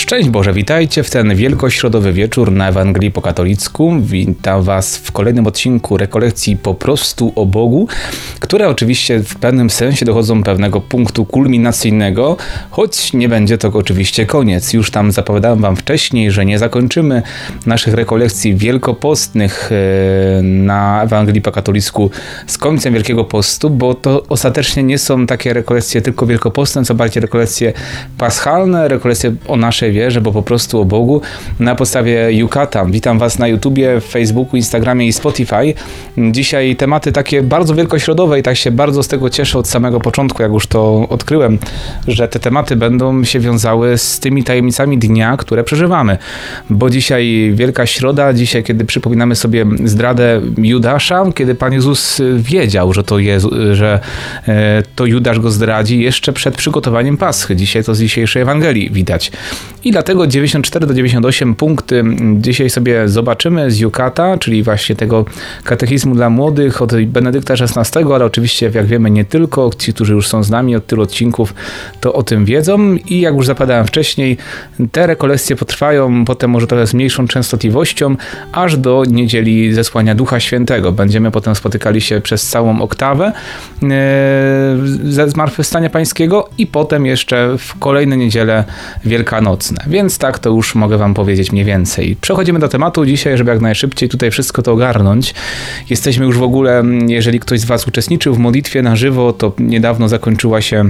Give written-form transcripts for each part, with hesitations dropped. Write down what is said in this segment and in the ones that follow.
Szczęść Boże, witajcie w ten wielkośrodowy wieczór na Ewangelii po katolicku. Witam Was w kolejnym odcinku rekolekcji po prostu o Bogu, które oczywiście w pewnym sensie dochodzą pewnego punktu kulminacyjnego, choć nie będzie to oczywiście koniec. Już tam zapowiadałem Wam wcześniej, że nie zakończymy naszych rekolekcji wielkopostnych na Ewangelii po katolicku z końcem Wielkiego Postu, bo to ostatecznie nie są takie rekolekcje tylko wielkopostne, co bardziej rekolekcje paschalne, rekolekcje o naszej wierze, bo po prostu o Bogu na podstawie Yucatan. Witam Was na YouTubie, Facebooku, Instagramie i Spotify. Dzisiaj tematy takie bardzo wielkośrodowe i tak się bardzo z tego cieszę od samego początku, jak już to odkryłem, że te tematy będą się wiązały z tymi tajemnicami dnia, które przeżywamy. Bo dzisiaj Wielka Środa, dzisiaj kiedy przypominamy sobie zdradę Judasza, kiedy Pan Jezus wiedział, że to Judasz go zdradzi jeszcze przed przygotowaniem Paschy. Dzisiaj to z dzisiejszej Ewangelii widać. I dlatego 94 do 98 punkty dzisiaj sobie zobaczymy z Yucatan, czyli właśnie tego katechizmu dla młodych od Benedykta XVI, ale oczywiście jak wiemy nie tylko, ci, którzy już są z nami od tylu odcinków, to o tym wiedzą i jak już zapowiadałem wcześniej, te rekolekcje potrwają potem może trochę z mniejszą częstotliwością, aż do niedzieli zesłania Ducha Świętego. Będziemy potem spotykali się przez całą oktawę ze Zmartwychwstania Pańskiego i potem jeszcze w kolejne niedziele wielkanocne. Więc tak to już mogę Wam powiedzieć mniej więcej. Przechodzimy do tematu dzisiaj, żeby jak najszybciej tutaj wszystko to ogarnąć. Jesteśmy już w ogóle, jeżeli ktoś z Was uczestniczył w modlitwie na żywo, to niedawno zakończyła się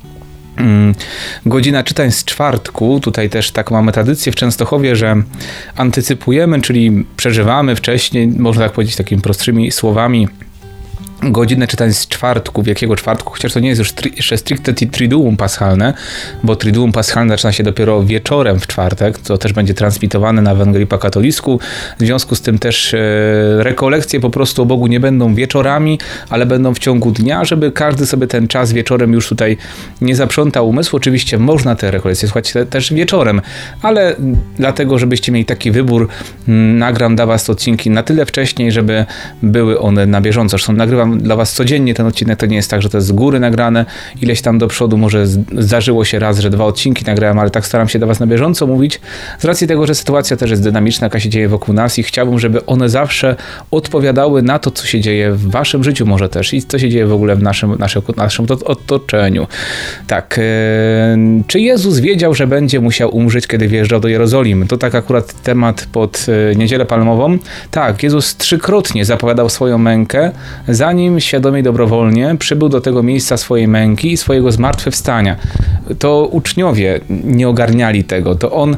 godzina czytań z czwartku. Tutaj też taką mamy tradycję w Częstochowie, że antycypujemy, czyli przeżywamy wcześniej, można tak powiedzieć takimi prostszymi słowami, godzinę czytań z czwartku, Wielkiego Czwartku, chociaż to nie jest już jeszcze stricte Triduum Paschalne, bo Triduum Paschalne zaczyna się dopiero wieczorem w czwartek, to też będzie transmitowane na Ewangelii po katolicku. W związku z tym też rekolekcje po prostu o Bogu nie będą wieczorami, ale będą w ciągu dnia, żeby każdy sobie ten czas wieczorem już tutaj nie zaprzątał umysłu. Oczywiście można te rekolekcje słuchać też wieczorem, ale dlatego, żebyście mieli taki wybór, nagram dla Was odcinki na tyle wcześniej, żeby były one na bieżąco. Zresztą nagrywam dla Was codziennie ten odcinek, to nie jest tak, że to jest z góry nagrane, ileś tam do przodu, może zdarzyło się raz, że 2 odcinki nagrałem, ale tak staram się do Was na bieżąco mówić, z racji tego, że sytuacja też jest dynamiczna, jaka się dzieje wokół nas i chciałbym, żeby one zawsze odpowiadały na to, co się dzieje w Waszym życiu może też i co się dzieje w ogóle w naszym otoczeniu. Tak, czy Jezus wiedział, że będzie musiał umrzeć, kiedy wjeżdżał do Jerozolimy? To tak akurat temat pod Niedzielę Palmową. Tak, Jezus 3-krotnie zapowiadał swoją mękę, zanim świadomie i dobrowolnie przybył do tego miejsca swojej męki i swojego zmartwychwstania. To uczniowie nie ogarniali tego. To on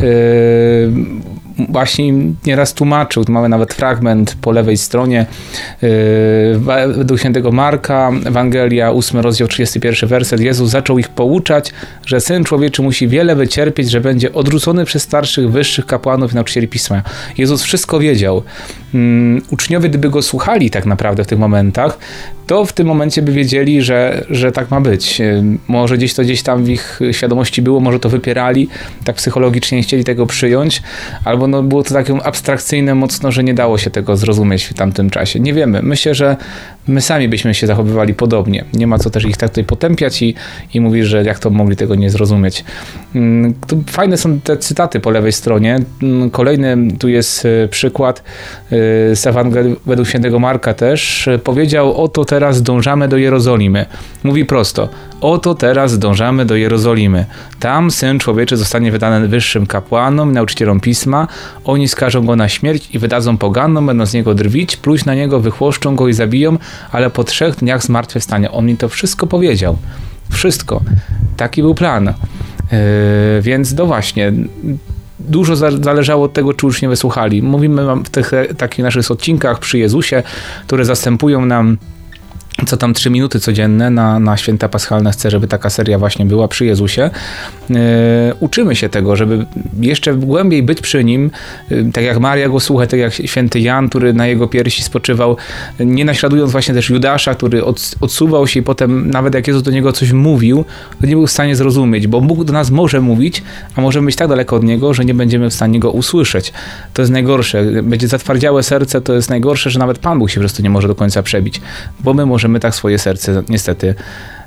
właśnie nieraz tłumaczył. Tu mamy nawet fragment po lewej stronie według świętego Marka, Ewangelia, 8 rozdział, 31 werset. Jezus zaczął ich pouczać, że Syn Człowieczy musi wiele wycierpieć, że będzie odrzucony przez starszych, wyższych kapłanów i nauczycieli Pisma. Jezus wszystko wiedział. Uczniowie, gdyby go słuchali tak naprawdę w tych momentach, to w tym momencie by wiedzieli, że tak ma być. Może gdzieś tam w ich świadomości było, może to wypierali, tak psychologicznie nie chcieli tego przyjąć, albo było to takie abstrakcyjne mocno, że nie dało się tego zrozumieć w tamtym czasie. Nie wiemy. Myślę, że my sami byśmy się zachowywali podobnie. Nie ma co też ich tak tutaj potępiać i mówić, że jak to mogli tego nie zrozumieć. Tu fajne są te cytaty po lewej stronie. Kolejny tu jest przykład z Ewangelii według świętego Marka też. Powiedział: oto teraz dążamy do Jerozolimy. Mówi prosto: oto teraz dążamy do Jerozolimy. Tam Syn Człowieczy zostanie wydany wyższym kapłanom, nauczycielom Pisma. Oni skażą go na śmierć i wydadzą poganom, będą z niego drwić, pluć na niego, wychłoszczą go i zabiją, ale po 3 dniach zmartwychwstanie. On mi to wszystko powiedział. Wszystko. Taki był plan. Więc no właśnie, dużo zależało od tego, czy uczniowie słuchali. Mówimy w tych takich naszych odcinkach przy Jezusie, które zastępują nam co tam 3 minuty codzienne na święta paschalne. Chcę, żeby taka seria właśnie była przy Jezusie. Uczymy się tego, żeby jeszcze głębiej być przy Nim, tak jak Maria go słucha, tak jak święty Jan, który na jego piersi spoczywał, nie naśladując właśnie też Judasza, który odsuwał się i potem nawet jak Jezus do niego coś mówił, to nie był w stanie zrozumieć, bo Bóg do nas może mówić, a możemy być tak daleko od Niego, że nie będziemy w stanie Go usłyszeć. To jest najgorsze. Będzie zatwardziałe serce, to jest najgorsze, że nawet Pan Bóg się po prostu nie może do końca przebić, bo my możemy tak swoje serce niestety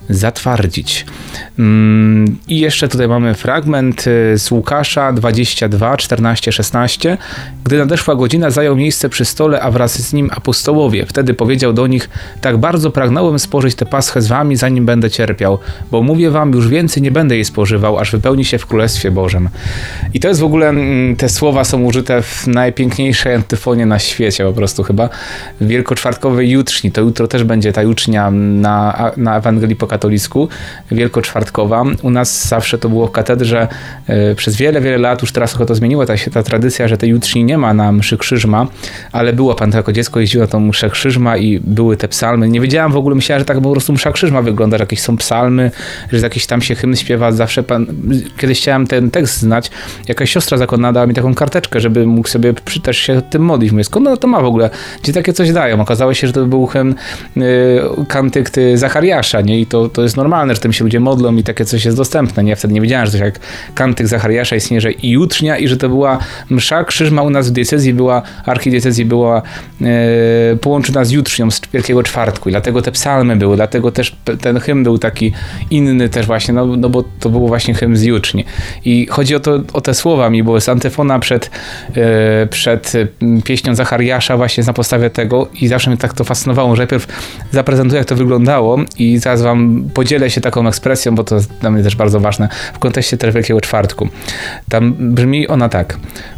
zatwardzić. I jeszcze tutaj mamy fragment z Łukasza 22, 14, 16. Gdy nadeszła godzina, zajął miejsce przy stole, a wraz z nim apostołowie. Wtedy powiedział do nich: tak bardzo pragnąłem spożyć tę paschę z wami, zanim będę cierpiał, bo mówię wam, już więcej nie będę jej spożywał, aż wypełni się w Królestwie Bożym. I to jest w ogóle, te słowa są użyte w najpiękniejszej antyfonie na świecie, po prostu chyba, w wielkoczwartkowej jutrzni. To jutro też będzie ta jutrznia na Ewangelii po katolicku, wielkoczwartkowa. U nas zawsze to było w katedrze przez wiele, wiele lat, już teraz trochę to zmieniło, ta tradycja, że tej jutrzni nie ma na mszy Krzyżma, ale było, pan jako dziecko jeździło na tą mszę Krzyżma i były te psalmy. Nie wiedziałem w ogóle, myślałem, że tak po prostu msza Krzyżma wygląda, że jakieś są psalmy, że jakiś tam się hymn śpiewa. Zawsze kiedyś chciałem ten tekst znać. Jakaś siostra zakonna dała mi taką karteczkę, żeby mógł sobie też się tym modlić. Mówię, skąd ona to ma w ogóle? Gdzie takie coś dają? Okazało się, że to był hymn kantyk Zachariasza, nie? I to jest normalne, że tym się ludzie modlą i takie coś jest dostępne, nie? Ja wtedy nie wiedziałem, że coś jak kantyk Zachariasza istnieje, że i jutrznia, i że to była msza Krzyżma u nas w diecezji archidiecezji była połączona z jutrznią, z Wielkiego Czwartku i dlatego te psalmy były, dlatego też ten hymn był taki inny też właśnie, no bo to był właśnie hymn z juczni. I chodzi o te słowa mi, bo jest antyfona przed pieśnią Zachariasza właśnie na podstawie tego i zawsze mnie tak to fascynowało, że najpierw zaprezentuję, jak to wyglądało i zaraz wam podzielę się taką ekspresją, bo to jest dla mnie też bardzo ważne w kontekście też Wielkiego Czwartku. Tam brzmi ona tak: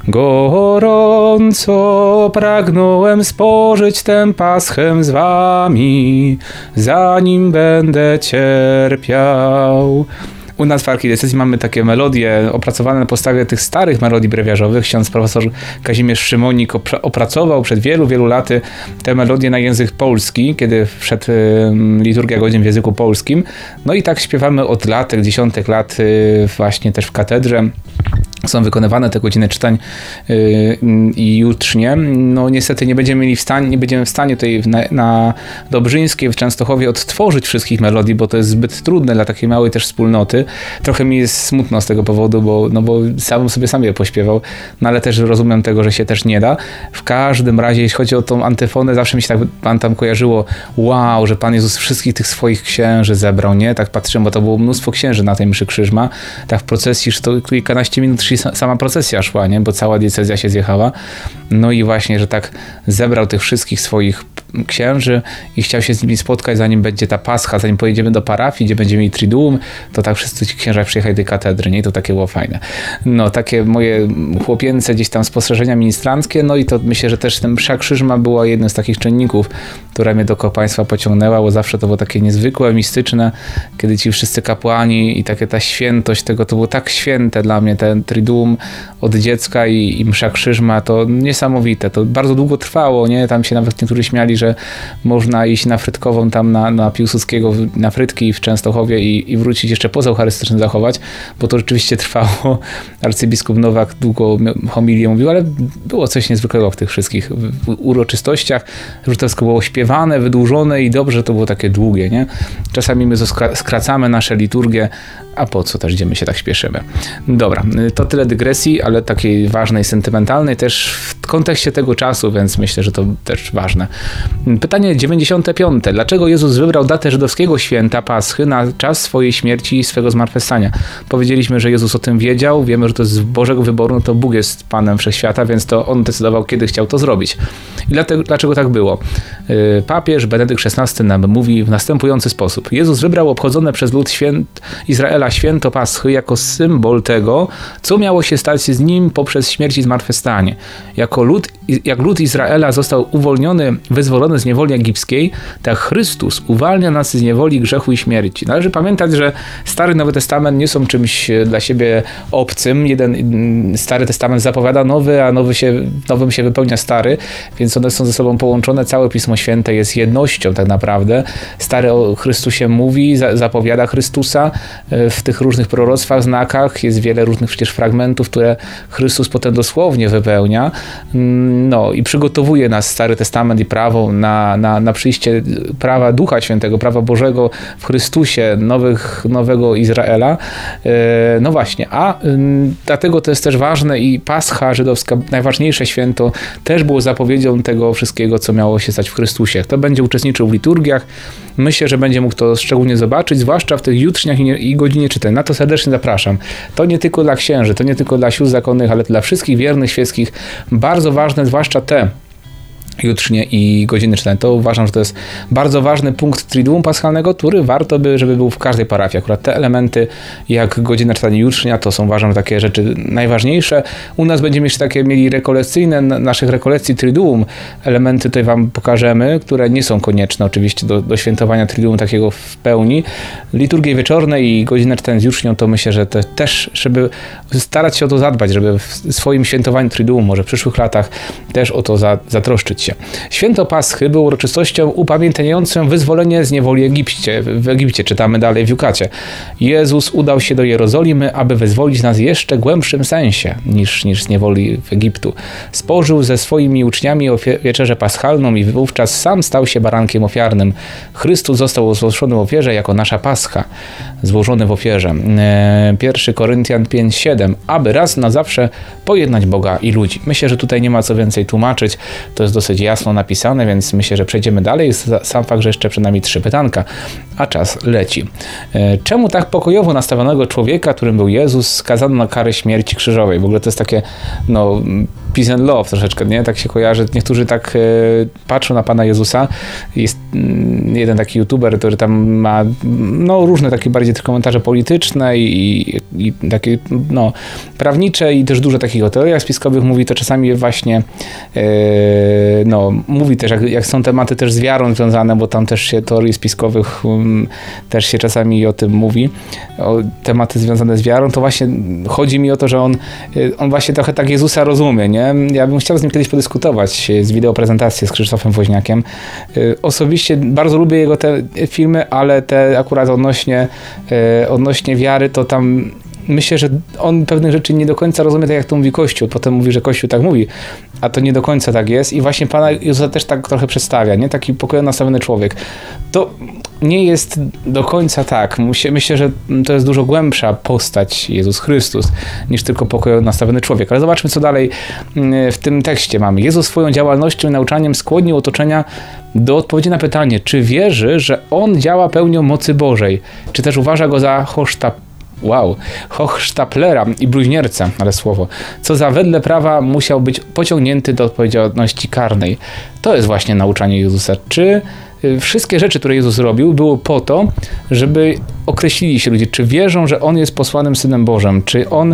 gorąco pragnąłem spożyć tę paschę z wami, zanim będę cierpiał. U nas w archidiecezji mamy takie melodie opracowane na podstawie tych starych melodii brewiarzowych. Ksiądz profesor Kazimierz Szymonik opracował przed wielu, wielu laty te melodie na język polski, kiedy wszedł liturgia godzin w języku polskim. No i tak śpiewamy od lat, dziesiątek lat właśnie też w katedrze. Są wykonywane te godziny czytań i jutrznie. No niestety nie będziemy w stanie tutaj na Dobrzyńskiej w Częstochowie odtworzyć wszystkich melodii, bo to jest zbyt trudne dla takiej małej też wspólnoty. Trochę mi jest smutno z tego powodu, bo sam je pośpiewał, no ale też rozumiem tego, że się też nie da. W każdym razie, jeśli chodzi o tą antyfonę, zawsze mi się tak Pan tam kojarzyło, wow, że Pan Jezus wszystkich tych swoich księży zebrał, nie? Tak patrzyłem, bo to było mnóstwo księży na tej mszy Krzyżma. Tak w procesji, że to kilkanaście minut sama procesja szła, nie? Bo cała diecezja się zjechała. No i właśnie, że tak zebrał tych wszystkich swoich księży i chciał się z nimi spotkać, zanim będzie ta Pascha, zanim pojedziemy do parafii, gdzie będziemy mieli Triduum, to tak wszyscy ci księża przyjechali do tej katedry, nie? I to takie było fajne. No, takie moje chłopięce gdzieś tam spostrzeżenia ministranckie, no i to myślę, że też ten msza Krzyżma była jednym z takich czynników, która mnie do kapłaństwa pociągnęła, bo zawsze to było takie niezwykłe, mistyczne, kiedy ci wszyscy kapłani i takie ta świętość tego, to było tak święte dla mnie, ten Triduum od dziecka i msza Krzyżma, to niesamowite, to bardzo długo trwało, nie? Tam się nawet niektórzy śmiali, że można iść na Frytkową tam na Piłsudskiego, na Frytki w Częstochowie i wrócić jeszcze poza eucharystyczny zachować, bo to rzeczywiście trwało. Arcybiskup Nowak długo homilię mówił, ale było coś niezwykłego w tych wszystkich uroczystościach, że to wszystko było śpiewane, wydłużone i dobrze, to było takie długie, nie? Czasami my skracamy nasze liturgie, a po co też, gdzie my się tak śpieszymy. Dobra, to tyle dygresji, ale takiej ważnej, sentymentalnej też w kontekście tego czasu, więc myślę, że to też ważne. Pytanie 95. Dlaczego Jezus wybrał datę żydowskiego święta Paschy na czas swojej śmierci i swego zmartwychwstania? Powiedzieliśmy, że Jezus o tym wiedział, wiemy, że to jest z Bożego wyboru, no to Bóg jest Panem Wszechświata, więc to On decydował, kiedy chciał to zrobić. I dlaczego tak było? Papież Benedykt XVI nam mówi w następujący sposób. Jezus wybrał obchodzone przez lud Izraela święto Paschy jako symbol tego, co miało się stać z nim poprzez śmierć i zmartwychwstanie. Jak lud Izraela został uwolniony, wyzwolony z niewoli egipskiej, tak Chrystus uwalnia nas z niewoli grzechu i śmierci. Należy pamiętać, że Stary i Nowy Testament nie są czymś dla siebie obcym. Jeden Stary Testament zapowiada nowy, a nowym się wypełnia Stary, więc one są ze sobą połączone. Całe Pismo Święte jest jednością tak naprawdę. Stary o Chrystusie mówi, zapowiada Chrystusa w tych różnych proroctwach, znakach jest wiele różnych przecież fragmentów, które Chrystus potem dosłownie wypełnia, no i przygotowuje nas Stary Testament i prawo na przyjście prawa Ducha Świętego, prawa Bożego w Chrystusie, nowego Izraela. No właśnie, a dlatego to jest też ważne i Pascha żydowska, najważniejsze święto, też było zapowiedzią tego wszystkiego, co miało się stać w Chrystusie. Kto będzie uczestniczył w liturgiach, myślę, że będzie mógł to szczególnie zobaczyć, zwłaszcza w tych jutrzniach i godzinie czytań. Na to serdecznie zapraszam. To nie tylko dla księży, to nie tylko dla sióstr zakonnych, ale dla wszystkich wiernych świeckich. Bardzo ważne, zwłaszcza te jutrznie i godziny czytań. To uważam, że to jest bardzo ważny punkt Triduum Paschalnego, który warto by, żeby był w każdej parafii. Akurat te elementy, jak godzina czytania jutrznia, to są, uważam, takie rzeczy najważniejsze. U nas będziemy jeszcze takie mieli rekolekcyjne, naszych rekolekcji Triduum. Elementy tutaj wam pokażemy, które nie są konieczne oczywiście do świętowania Triduum takiego w pełni. Liturgie wieczorne i godzina czytania z jutrznią, to myślę, że to też, żeby starać się o to zadbać, żeby w swoim świętowaniu Triduum, może w przyszłych latach też o to zatroszczyć się. Święto Paschy było uroczystością upamiętniającą wyzwolenie z niewoli w Egipcie. Czytamy dalej w Jukacie. Jezus udał się do Jerozolimy, aby wyzwolić nas w jeszcze głębszym sensie niż z niewoli w Egiptu. Spożył ze swoimi uczniami wieczerzę paschalną i wówczas sam stał się barankiem ofiarnym. Chrystus został złożony w ofierze jako nasza Pascha. Złożony w ofierze. 1 Koryntian 5:7. Aby raz na zawsze pojednać Boga i ludzi. Myślę, że tutaj nie ma co więcej tłumaczyć. To jest dosyć jasno napisane, więc myślę, że przejdziemy dalej. Sam fakt, że jeszcze przed nami 3 pytanka, a czas leci. Czemu tak pokojowo nastawionego człowieka, którym był Jezus, skazano na karę śmierci krzyżowej? W ogóle to jest takie, peace and love troszeczkę, nie? Tak się kojarzy. Niektórzy tak patrzą na Pana Jezusa. Jest jeden taki youtuber, który tam ma różne takie bardziej komentarze polityczne i takie prawnicze i też dużo takich o teoriach spiskowych. Mówi to czasami właśnie mówi też, jak są tematy też z wiarą związane, bo tam też się teorii spiskowych też się czasami o tym mówi, o tematy związane z wiarą, to właśnie chodzi mi o to, że on właśnie trochę tak Jezusa rozumie, nie? Ja bym chciał z nim kiedyś podyskutować z wideoprezentacją z Krzysztofem Woźniakiem. Osobiście bardzo lubię jego te filmy, ale te akurat odnośnie wiary, to tam myślę, że on pewnych rzeczy nie do końca rozumie, tak jak to mówi Kościół. Potem mówi, że Kościół tak mówi, a to nie do końca tak jest. I właśnie Pana Jezusa też tak trochę przedstawia, nie? Taki pokojowo nastawiony człowiek. To nie jest do końca tak. Myślę, że to jest dużo głębsza postać Jezus Chrystus, niż tylko pokojowo nastawiony człowiek. Ale zobaczmy, co dalej w tym tekście mamy. Jezus swoją działalnością i nauczaniem skłonił otoczenia do odpowiedzi na pytanie, czy wierzy, że On działa pełnią mocy Bożej, czy też uważa Go za hochsztaplera i bluźnierca, ale słowo, co za wedle prawa musiał być pociągnięty do odpowiedzialności karnej. To jest właśnie nauczanie Jezusa. Czy wszystkie rzeczy, które Jezus robił, było po to, żeby określili się ludzie, czy wierzą, że On jest posłanym Synem Bożym, czy On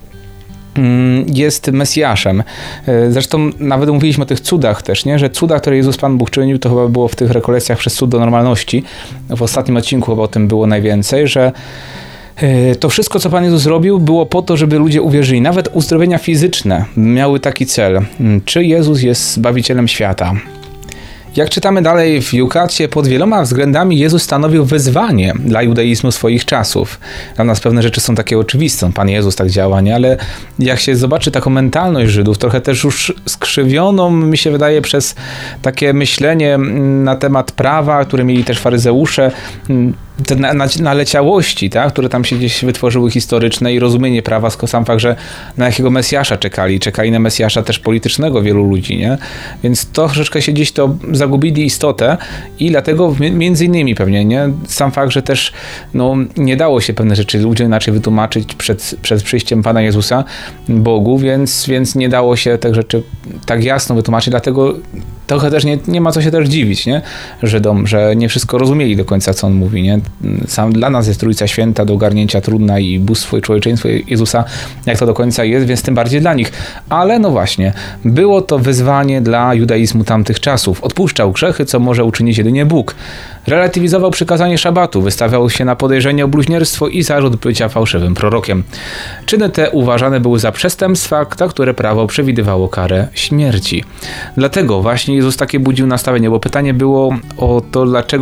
jest Mesjaszem. Zresztą nawet mówiliśmy o tych cudach też, nie? Że cuda, które Jezus Pan Bóg czynił, to chyba było w tych rekolekcjach przez cud do normalności. W ostatnim odcinku chyba o tym było najwięcej, że to wszystko, co Pan Jezus robił, było po to, żeby ludzie uwierzyli. Nawet uzdrowienia fizyczne miały taki cel. Czy Jezus jest Zbawicielem świata? Jak czytamy dalej w Jukacie, pod wieloma względami Jezus stanowił wyzwanie dla judaizmu swoich czasów. Dla nas pewne rzeczy są takie oczywiste. Pan Jezus tak działa, nie? Ale jak się zobaczy taką mentalność Żydów, trochę też już skrzywioną, mi się wydaje, przez takie myślenie na temat prawa, które mieli też faryzeusze, te naleciałości, tak, które tam się gdzieś wytworzyły historyczne i rozumienie prawa, sam fakt, że na jakiego Mesjasza czekali na Mesjasza też politycznego wielu ludzi, nie? Więc troszeczkę się gdzieś to zagubili istotę i dlatego między innymi pewnie, nie? Sam fakt, że też nie dało się pewne rzeczy ludziom inaczej wytłumaczyć przed przyjściem Pana Jezusa Bogu, więc nie dało się tych rzeczy tak jasno wytłumaczyć, dlatego trochę też nie ma co się też dziwić, nie? Żydom, że nie wszystko rozumieli do końca, co on mówi, nie? Sam dla nas jest Trójca Święta do ogarnięcia trudna i bóstwo i człowieczeństwo Jezusa, jak to do końca jest, więc tym bardziej dla nich. Ale właśnie, było to wyzwanie dla judaizmu tamtych czasów. Odpuszczał grzechy, co może uczynić jedynie Bóg. Relatywizował przykazanie szabatu, wystawiał się na podejrzenie o bluźnierstwo i zarzut bycia fałszywym prorokiem. Czyny te uważane były za przestępstwa, za które prawo przewidywało karę śmierci. Dlatego właśnie Jezus takie budził nastawienie, bo pytanie było o to, dlaczego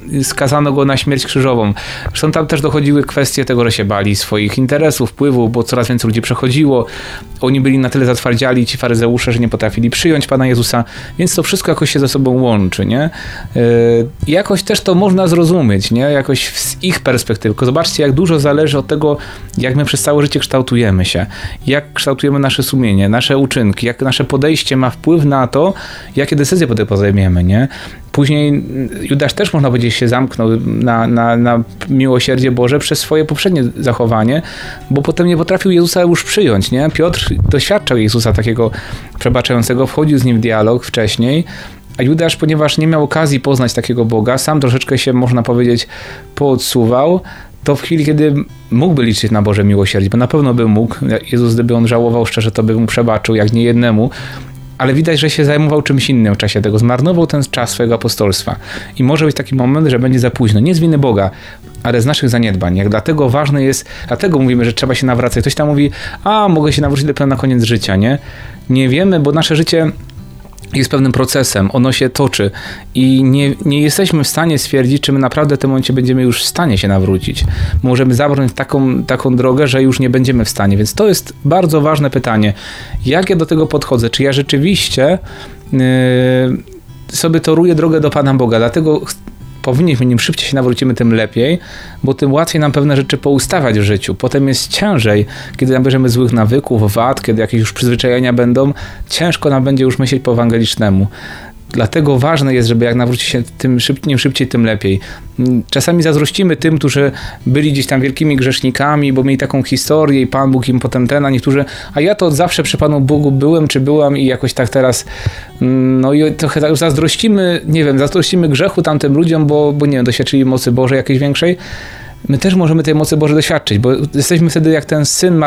skazano go na śmierć krzyżową. Zresztą tam też dochodziły kwestie tego, że się bali swoich interesów, wpływu, bo coraz więcej ludzi przechodziło. Oni byli na tyle zatwardziali, ci faryzeusze, że nie potrafili przyjąć Pana Jezusa, więc to wszystko jakoś się ze sobą łączy, nie? Jakoś też to można zrozumieć, nie? Jakoś z ich perspektywy. Tylko zobaczcie, jak dużo zależy od tego, jak my przez całe życie kształtujemy się, jak kształtujemy nasze sumienie, nasze uczynki, jak nasze podejście ma wpływ na to, jakie decyzje potem podejmiemy, nie? Później Judasz też, można powiedzieć, się zamknął na miłosierdzie Boże przez swoje poprzednie zachowanie, bo potem nie potrafił Jezusa już przyjąć, nie? Piotr doświadczał Jezusa takiego przebaczającego, wchodził z nim w dialog wcześniej, a Judasz, ponieważ nie miał okazji poznać takiego Boga, sam troszeczkę się, można powiedzieć, poodsuwał, to w chwili, kiedy mógłby liczyć na Boże miłosierdzie, bo na pewno by mógł, Jezus, gdyby on żałował szczerze, to by mu przebaczył, jak nie jednemu, ale widać, że się zajmował czymś innym w czasie tego, zmarnował ten czas swojego apostolstwa i może być taki moment, że będzie za późno, nie z winy Boga, ale z naszych zaniedbań. Dlatego ważne jest, dlatego mówimy, że trzeba się nawracać. Ktoś tam mówi, mogę się nawrócić dopiero na koniec życia, nie? Nie wiemy, bo nasze życie jest pewnym procesem, ono się toczy i nie jesteśmy w stanie stwierdzić, czy my naprawdę w tym momencie będziemy już w stanie się nawrócić. Możemy zabrać taką drogę, że już nie będziemy w stanie, więc to jest bardzo ważne pytanie. Jak ja do tego podchodzę? Czy ja rzeczywiście sobie toruję drogę do Pana Boga? Dlatego powinniśmy, im szybciej się nawrócimy, tym lepiej, bo tym łatwiej nam pewne rzeczy poustawiać w życiu. Potem jest ciężej, kiedy nabierzemy złych nawyków, wad, kiedy jakieś już przyzwyczajenia będą, ciężko nam będzie już myśleć po ewangelicznemu. Dlatego ważne jest, żeby jak nawrócić się im szybciej, tym lepiej. Czasami zazdrościmy tym, którzy byli gdzieś tam wielkimi grzesznikami, bo mieli taką historię i Pan Bóg im potem a niektórzy, a ja to od zawsze przy Panu Bogu byłem, czy byłam i jakoś tak teraz, no i trochę tak zazdrościmy grzechu tamtym ludziom, bo nie wiem, doświadczyli mocy Bożej jakiejś większej. My też możemy tej mocy Bożej doświadczyć, bo jesteśmy wtedy jak ten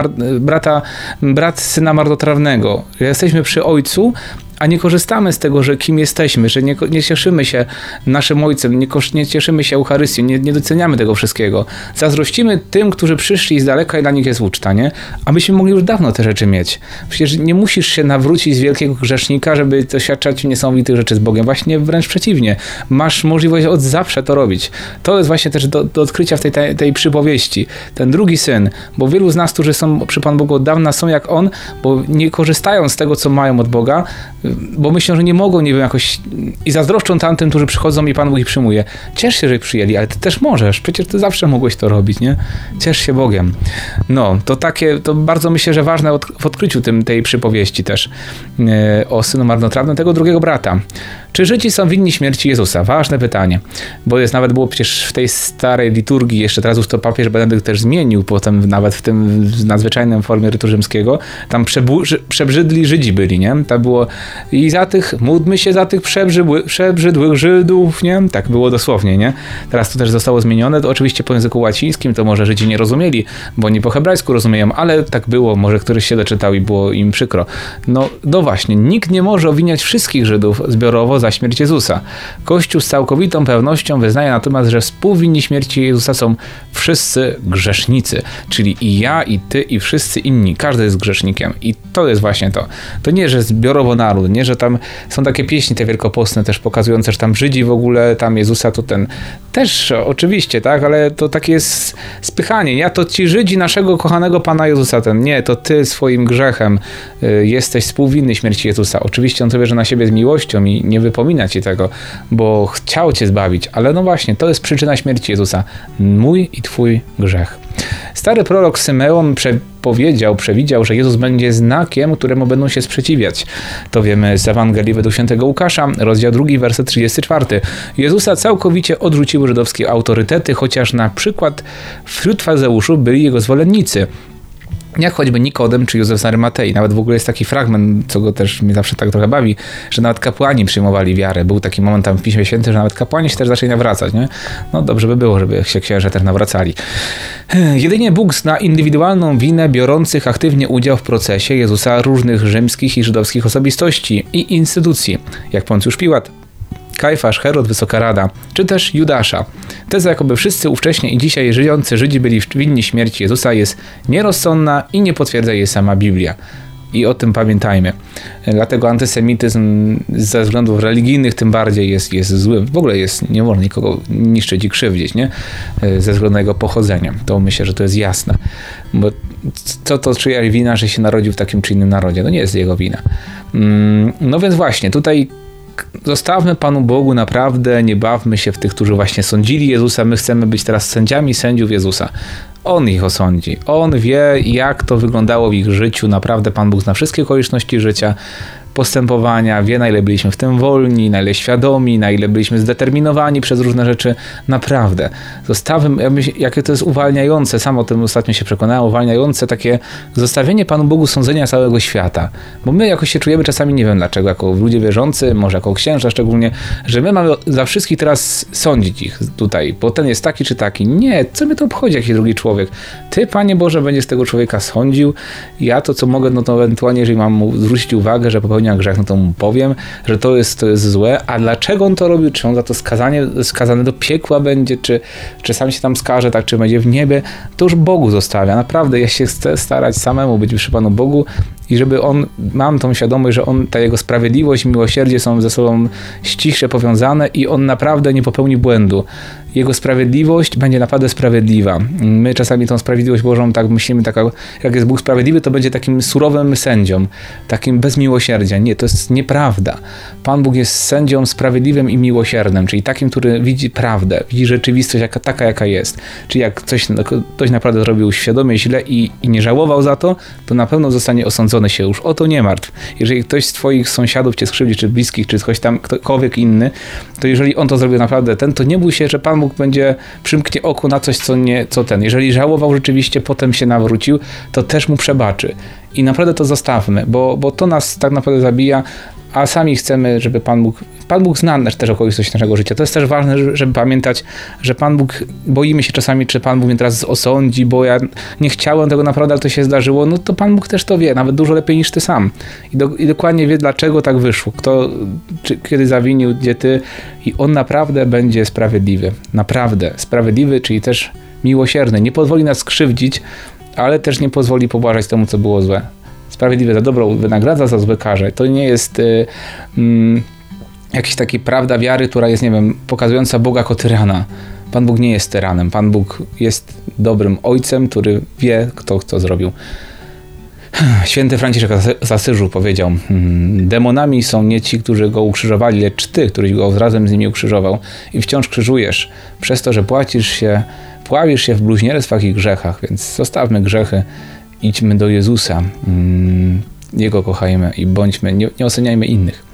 brat syna marnotrawnego. Jesteśmy przy Ojcu, a nie korzystamy z tego, że kim jesteśmy, że nie cieszymy się naszym Ojcem, nie cieszymy się Eucharystią, nie doceniamy tego wszystkiego. Zazdrościmy tym, którzy przyszli z daleka i dla nich jest uczta, nie? A myśmy mogli już dawno te rzeczy mieć. Przecież nie musisz się nawrócić z wielkiego grzesznika, żeby doświadczać niesamowitych rzeczy z Bogiem. Właśnie wręcz przeciwnie. Masz możliwość od zawsze to robić. To jest właśnie też do odkrycia w tej przypowieści. Ten drugi syn, bo wielu z nas, którzy są przy Panu Bogu od dawna, są jak on, bo nie korzystają z tego, co mają od Boga, bo myślą, że nie mogą, nie wiem, jakoś i zazdroszczą tamtym, którzy przychodzą i Pan Bóg ich przyjmuje. Ciesz się, że ich przyjęli, ale ty też możesz. Przecież ty zawsze mogłeś to robić, nie? Ciesz się Bogiem. No, to bardzo myślę, że ważne w odkryciu tej przypowieści też o synu marnotrawnym, tego drugiego brata. Czy Żydzi są winni śmierci Jezusa? Ważne pytanie, bo było przecież w tej starej liturgii, jeszcze teraz już to papież Benedykt też zmienił, potem nawet w tym nadzwyczajnym formie rytu rzymskiego, tam przebrzydli Żydzi byli, nie? Tam było i módlmy się za tych przebrzydłych Żydów, nie? Tak było dosłownie, nie? Teraz to też zostało zmienione, to oczywiście po języku łacińskim, to może Żydzi nie rozumieli, bo nie po hebrajsku rozumieją, ale tak było, może któryś się doczytał i było im przykro. No właśnie, nikt nie może obwiniać wszystkich Żydów zbiorowo za śmierć Jezusa. Kościół z całkowitą pewnością wyznaje natomiast, że współwinni śmierci Jezusa są wszyscy grzesznicy, czyli i ja, i ty, i wszyscy inni. Każdy jest grzesznikiem i to jest właśnie to. To nie, że zbiorowo naród, nie, że tam są takie pieśni te wielkopostne też pokazujące, że tam Żydzi w ogóle, tam Jezusa to też oczywiście, tak, ale to takie jest spychanie, nie, to ci Żydzi naszego kochanego Pana Jezusa nie, to ty swoim grzechem jesteś współwinny śmierci Jezusa. Oczywiście on to bierze na siebie z miłością i nie wypomina ci tego, bo chciał cię zbawić, ale no właśnie, to jest przyczyna śmierci Jezusa. Mój i twój grzech. Stary prorok Symeon przewidział, że Jezus będzie znakiem, któremu będą się sprzeciwiać. To wiemy z Ewangelii według świętego Łukasza, rozdział 2, werset 34. Jezusa całkowicie odrzuciły żydowskie autorytety, chociaż na przykład wśród faryzeuszów byli jego zwolennicy. Jak choćby Nikodem czy Józef z Arymatei. Nawet w ogóle jest taki fragment, co go też mnie zawsze tak trochę bawi, że nawet kapłani przyjmowali wiarę. Był taki moment tam w Piśmie Świętym, że nawet kapłani się też zaczęli nawracać, nie? No dobrze by było, żeby się księża też nawracali. Jedynie Bóg zna indywidualną winę biorących aktywnie udział w procesie Jezusa różnych rzymskich i żydowskich osobistości i instytucji, jak Poncjusz Piłat, Kajfasz, Herod, Wysoka Rada, czy też Judasza. Teza, jakoby wszyscy ówcześnie i dzisiaj żyjący Żydzi byli winni śmierci Jezusa, jest nierozsądna i nie potwierdza jej sama Biblia. I o tym pamiętajmy. Dlatego antysemityzm ze względów religijnych tym bardziej jest zły. W ogóle nie można nikogo niszczyć i krzywdzić, nie? Ze względu na jego pochodzenie. To myślę, że to jest jasne. Bo co to czyjaś wina, że się narodził w takim czy innym narodzie? To nie jest jego wina. No więc właśnie, tutaj zostawmy Panu Bogu naprawdę, nie bawmy się w tych, którzy właśnie sądzili Jezusa. My chcemy być teraz sędziami sędziów Jezusa. On ich osądzi. On wie, jak to wyglądało w ich życiu. Naprawdę Pan Bóg zna wszystkie okoliczności życia, postępowania, wie, na ile byliśmy w tym wolni, na ile świadomi, na ile byliśmy zdeterminowani przez różne rzeczy. Naprawdę. Jakie to jest uwalniające, sam o tym ostatnio się przekonałem, uwalniające takie zostawienie Panu Bogu sądzenia całego świata. Bo my jakoś się czujemy czasami, nie wiem dlaczego, jako ludzie wierzący, może jako księża szczególnie, że my mamy za wszystkich teraz sądzić ich tutaj, bo ten jest taki czy taki. Nie, co mnie to obchodzi, jakiś drugi człowiek. Ty, Panie Boże, będziesz tego człowieka sądził. Ja to, co mogę, no to ewentualnie, jeżeli mam mu zwrócić uwagę, że popełnia grzech, no to mu powiem, że to jest złe, a dlaczego on to robił, czy on za to skazany do piekła będzie, czy sam się tam skaże, tak, czy będzie w niebie, to już Bogu zostawia. Naprawdę, ja się chcę starać samemu być przy Panu Bogu i żeby mam tą świadomość, że ta jego sprawiedliwość i miłosierdzie są ze sobą ściśle powiązane i on naprawdę nie popełni błędu. Jego sprawiedliwość będzie naprawdę sprawiedliwa. My czasami tą sprawiedliwość Bożą tak myślimy, jak jest Bóg sprawiedliwy, to będzie takim surowym sędzią, takim bez miłosierdzia. Nie, to jest nieprawda. Pan Bóg jest sędzią sprawiedliwym i miłosiernym, czyli takim, który widzi prawdę, widzi rzeczywistość taka, jaka jest. Czyli jak ktoś naprawdę zrobił świadomie źle i nie żałował za to, to na pewno zostanie osądzony, się już o to nie martw. Jeżeli ktoś z twoich sąsiadów cię skrzywdzi, czy bliskich, czy ktokolwiek inny, to jeżeli on to zrobił naprawdę to nie bój się, że Pan Bóg przymknie oko na coś, co ten. Jeżeli żałował rzeczywiście, potem się nawrócił, to też mu przebaczy. I naprawdę to zostawmy, bo to nas tak naprawdę zabija, a sami chcemy, żeby Pan Bóg zna też okoliczności naszego życia. To jest też ważne, żeby pamiętać, że Pan Bóg, boimy się czasami, czy Pan Bóg mnie teraz osądzi, bo ja nie chciałem tego naprawdę, ale to się zdarzyło. No to Pan Bóg też to wie, nawet dużo lepiej niż ty sam. I dokładnie wie, dlaczego tak wyszło. Kiedy zawinił, gdzie ty. I On naprawdę będzie sprawiedliwy. Naprawdę sprawiedliwy, czyli też miłosierny. Nie pozwoli nas skrzywdzić, ale też nie pozwoli pobłażać temu, co było złe. Sprawiedliwy za dobro wynagradza, za złe karze. To nie jest jakiś taki prawda wiary, która jest, nie wiem, pokazująca Boga jako tyrana. Pan Bóg nie jest tyranem. Pan Bóg jest dobrym ojcem, który wie, kto co zrobił. Święty Franciszek z Asyżu powiedział: demonami są nie ci, którzy go ukrzyżowali, lecz ty, któryś go razem z nimi ukrzyżował i wciąż krzyżujesz, przez to, że pławisz się w bluźnierstwach i grzechach, więc zostawmy grzechy, idźmy do Jezusa, Jego kochajmy i nie oceniajmy innych.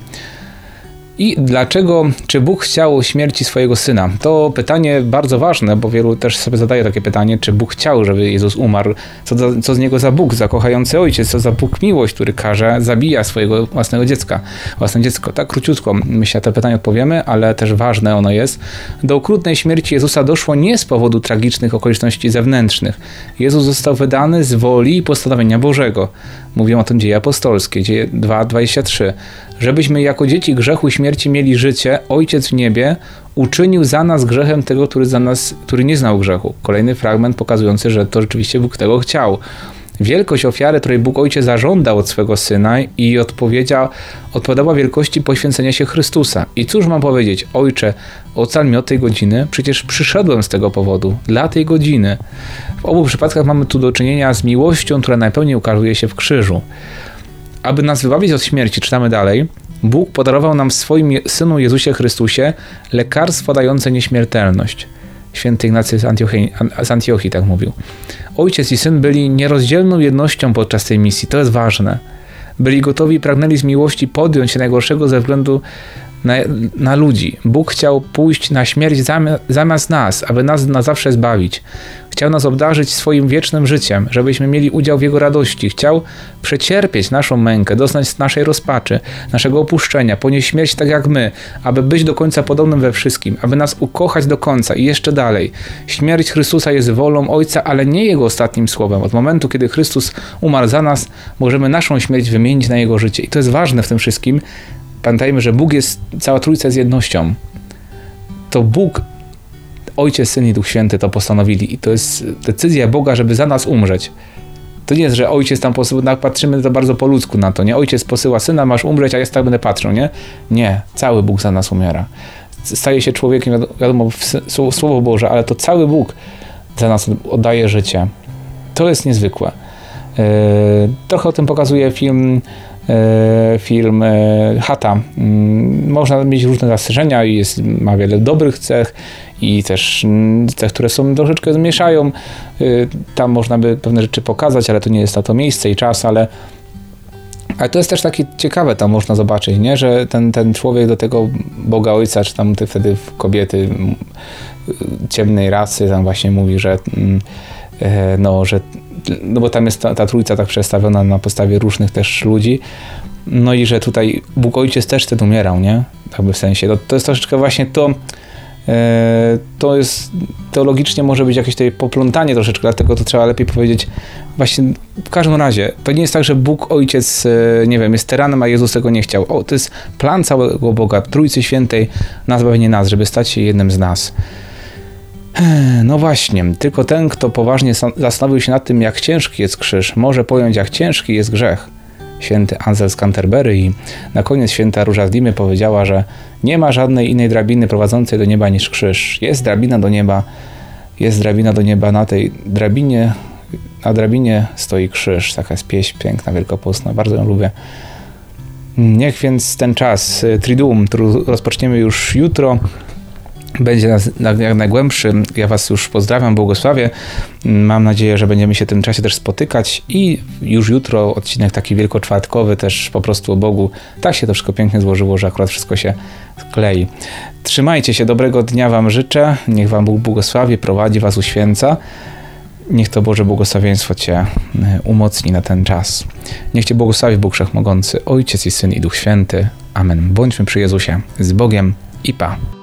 I czy Bóg chciał śmierci swojego Syna? To pytanie bardzo ważne, bo wielu też sobie zadaje takie pytanie, czy Bóg chciał, żeby Jezus umarł? Co z Niego za Bóg, za kochający Ojciec? Co za Bóg miłość, który zabija swojego własne dziecko? Tak króciutko, myślę, te pytania odpowiemy, ale też ważne ono jest. Do okrutnej śmierci Jezusa doszło nie z powodu tragicznych okoliczności zewnętrznych. Jezus został wydany z woli i postanowienia Bożego. Mówią o tym Dzieje Apostolskie, Dzieje 2:23. Żebyśmy jako dzieci grzechu i śmierci mieli życie, Ojciec w niebie uczynił za nas grzechem tego, który nie znał grzechu. Kolejny fragment pokazujący, że to rzeczywiście Bóg tego chciał. Wielkość ofiary, której Bóg Ojciec zażądał od swego Syna i odpowiadała wielkości poświęcenia się Chrystusa. I cóż mam powiedzieć? Ojcze, ocal mnie od tej godziny, przecież przyszedłem z tego powodu, dla tej godziny. W obu przypadkach mamy tu do czynienia z miłością, która najpełniej ukazuje się w krzyżu. Aby nas wybawić od śmierci, czytamy dalej, Bóg podarował nam w swoim Synu Jezusie Chrystusie lekarstwo dające nieśmiertelność. Święty Ignacy z Antiochii tak mówił. Ojciec i Syn byli nierozdzielną jednością podczas tej misji. To jest ważne. Byli gotowi i pragnęli z miłości podjąć się najgorszego ze względu na ludzi. Bóg chciał pójść na śmierć zamiast nas, aby nas na zawsze zbawić. Chciał nas obdarzyć swoim wiecznym życiem, żebyśmy mieli udział w Jego radości. Chciał przecierpieć naszą mękę, doznać naszej rozpaczy, naszego opuszczenia, ponieść śmierć tak jak my, aby być do końca podobnym we wszystkim, aby nas ukochać do końca i jeszcze dalej. Śmierć Chrystusa jest wolą Ojca, ale nie Jego ostatnim słowem. Od momentu, kiedy Chrystus umarł za nas, możemy naszą śmierć wymienić na Jego życie. I to jest ważne w tym wszystkim. Pamiętajmy, że Bóg cała Trójca jest jednością. To Bóg, Ojciec, Syn i Duch Święty to postanowili. I to jest decyzja Boga, żeby za nas umrzeć. To nie jest, że ojciec tam posyła, patrzymy to bardzo po ludzku na to, nie? Ojciec posyła syna, masz umrzeć, a ja tak będę patrzył, nie? Nie, cały Bóg za nas umiera. Staje się człowiekiem, wiadomo, Słowo Boże, ale to cały Bóg za nas oddaje życie. To jest niezwykłe. Trochę o tym pokazuje film Chata. Można mieć różne zastrzeżenia i ma wiele dobrych cech i też cech, które są troszeczkę zmieszają. Tam można by pewne rzeczy pokazać, ale to nie jest na to miejsce i czas, ale to jest też takie ciekawe, tam można zobaczyć, nie? Że ten człowiek do tego Boga Ojca, czy tam wtedy kobiety ciemnej rasy, tam właśnie mówi, że bo tam jest ta trójca tak przedstawiona na podstawie różnych też ludzi, no i że tutaj Bóg Ojciec też wtedy umierał, nie? Tak by w sensie, to jest troszeczkę właśnie to jest teologicznie może być jakieś tutaj poplątanie troszeczkę, dlatego to trzeba lepiej powiedzieć właśnie w każdym razie. To nie jest tak, że Bóg Ojciec, nie wiem, jest tyranem, a Jezus tego nie chciał. To jest plan całego Boga, Trójcy Świętej na zbawienie nas, żeby stać się jednym z nas. No właśnie, tylko ten, kto poważnie zastanowił się nad tym, jak ciężki jest krzyż, może pojąć, jak ciężki jest grzech. Święty Anzel z Canterbury i na koniec święta Róża z Limy powiedziała, że nie ma żadnej innej drabiny prowadzącej do nieba niż krzyż. Jest drabina do nieba, na tej drabinie, na drabinie stoi krzyż. Taka jest pieśń piękna, wielkopostna, bardzo ją lubię. Niech więc ten czas Triduum, który rozpoczniemy już jutro, będzie jak najgłębszy. Ja Was już pozdrawiam, błogosławię. Mam nadzieję, że będziemy się w tym czasie też spotykać i już jutro odcinek taki wielkoczwartkowy też po prostu o Bogu. Tak się to wszystko pięknie złożyło, że akurat wszystko się klei. Trzymajcie się, dobrego dnia Wam życzę. Niech Wam Bóg błogosławi, prowadzi Was, uświęca. Niech to Boże błogosławieństwo Cię umocni na ten czas. Niech Cię błogosławi Bóg Wszechmogący, Ojciec i Syn i Duch Święty. Amen. Bądźmy przy Jezusie. Z Bogiem i Pa.